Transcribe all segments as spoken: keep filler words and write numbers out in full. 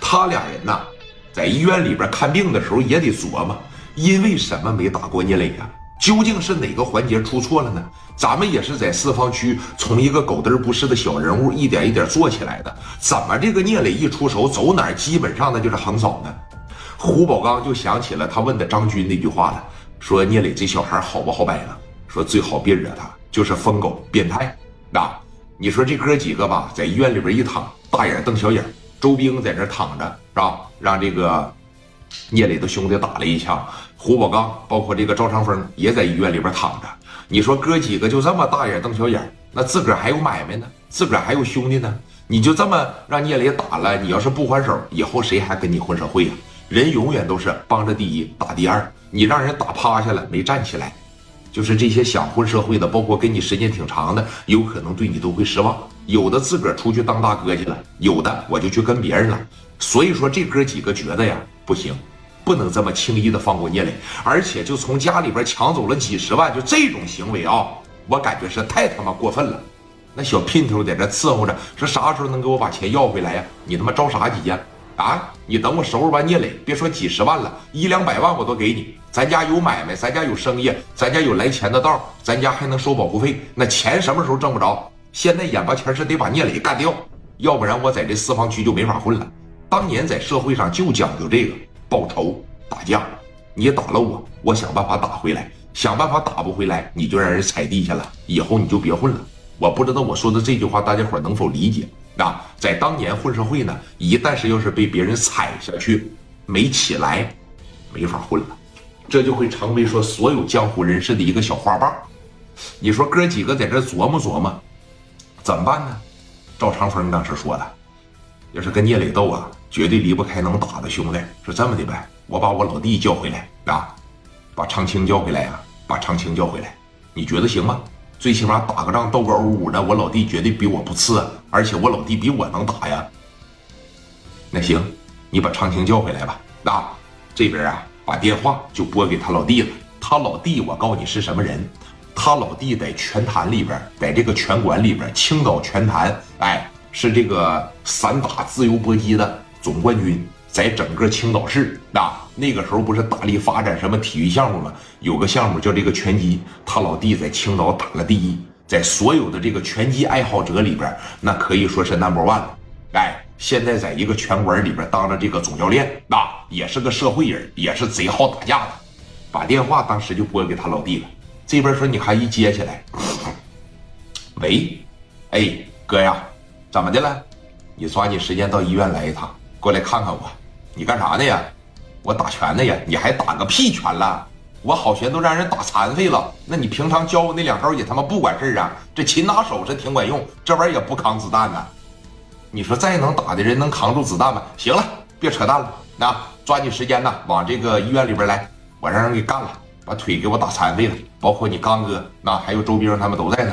他俩人呐，在医院里边看病的时候也得琢磨，因为什么没打过聂磊呀？究竟是哪个环节出错了呢？咱们也是在四方区从一个狗嘚不是的小人物一点一点做起来的，怎么这个聂磊一出手，走哪儿基本上那就是横扫呢？胡宝刚就想起了他问的张军那句话了，说聂磊这小孩好不好摆了？说最好别惹他，就是疯狗变态。那你说这哥几个吧，在医院里边一躺，大眼瞪小眼，周兵在这躺着是吧？让这个聂磊的兄弟打了一枪，胡宝刚包括这个赵长风也在医院里边躺着。你说哥几个就这么大眼瞪小眼，那自个儿还有买卖呢，自个儿还有兄弟呢，你就这么让聂磊打了，你要是不还手，以后谁还跟你混社会呀？人永远都是帮着第一打第二，你让人打趴下了没站起来，就是这些想混社会的，包括跟你时间挺长的，有可能对你都会失望。有的自个儿出去当大哥去了，有的我就去跟别人了。所以说这哥几个觉得呀，不行，不能这么轻易的放过聂磊，而且就从家里边抢走了几十万，就这种行为啊，我感觉是太他妈过分了。那小姘头在这伺候着，说啥时候能给我把钱要回来呀？你他妈着啥急呀？啊！你等我收拾完聂磊，别说几十万了，一两百万我都给你。咱家有买卖，咱家有生意，咱家有来钱的道，咱家还能收保护费。那钱什么时候挣不着？现在眼巴前是得把聂磊干掉，要不然我在这四方区就没法混了。当年在社会上就讲究这个报仇打架，你打了我，我想办法打回来，想办法打不回来，你就让人踩地下了，以后你就别混了。我不知道我说的这句话大家伙能否理解啊？在当年混社会呢，一旦是要是被别人踩下去没起来，没法混了，这就会成为说所有江湖人士的一个小花瓣。你说哥几个在这琢磨琢磨怎么办呢？赵长风当时说的，要是跟聂磊斗啊，绝对离不开能打的兄弟。说这么的呗，我把我老弟叫回来啊，把长青叫回来呀、啊，把长青叫回来，你觉得行吗？最起码打个仗斗个欧五的，我老弟绝对比我不次，而且我老弟比我能打呀。那行，你把长青叫回来吧。啊，这边啊，把电话就拨给他老弟了。他老弟，我告诉你是什么人？他老弟在拳坛里边，在这个拳馆里边，青岛拳坛，哎，是这个散打自由搏击的总冠军。在整个青岛市啊，那个时候不是大力发展什么体育项目吗？有个项目叫这个拳击，他老弟在青岛打了第一，在所有的这个拳击爱好者里边，那可以说是 number one 了。哎，现在在一个拳馆里边当着这个总教练，啊，也是个社会人，也是贼好打架的。把电话当时就拨给他老弟了。这边说你还一接起来，喂，哎，哥呀，怎么的了？你抓紧时间到医院来一趟，过来看看我。你干啥呢呀？我打拳呢呀！你还打个屁拳了？我好拳都让人打残废了。那你平常教我那两招也他妈不管事啊！这擒拿手是挺管用，这玩意儿也不扛子弹呢。你说再能打的人能扛住子弹吗？行了，别扯淡了，那抓紧时间呢，往这个医院里边来，我让人给干了，把腿给我打残废了。包括你刚哥，那还有周兵他们都在呢。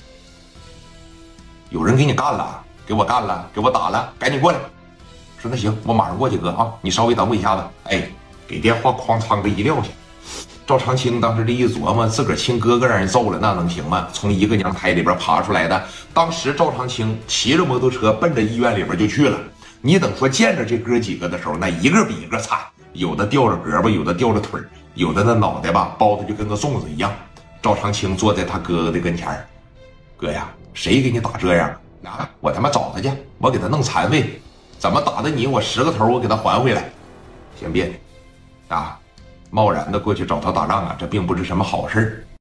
有人给你干了，给我干了，给我打了，赶紧过来。说那行，我马上过去哥啊，你稍微等我一下子。哎，给电话哐仓个一撂下。赵长青当时这一琢磨，自个儿亲哥哥让人揍了，那能行吗？从一个娘胎里边爬出来的。当时赵长青骑着摩托车奔着医院里边就去了。你等说见着这哥几个的时候，那一个比一个惨，有的吊着胳膊，有的吊着腿，有的那脑袋吧包的就跟个粽子一样。赵长青坐在他哥哥的跟前儿，哥呀，谁给你打这样啊？我他妈找他去，我给他弄残废。怎么打的你？我十个头我给他还回来。先别啊，贸然的过去找他打仗啊，这并不是什么好事。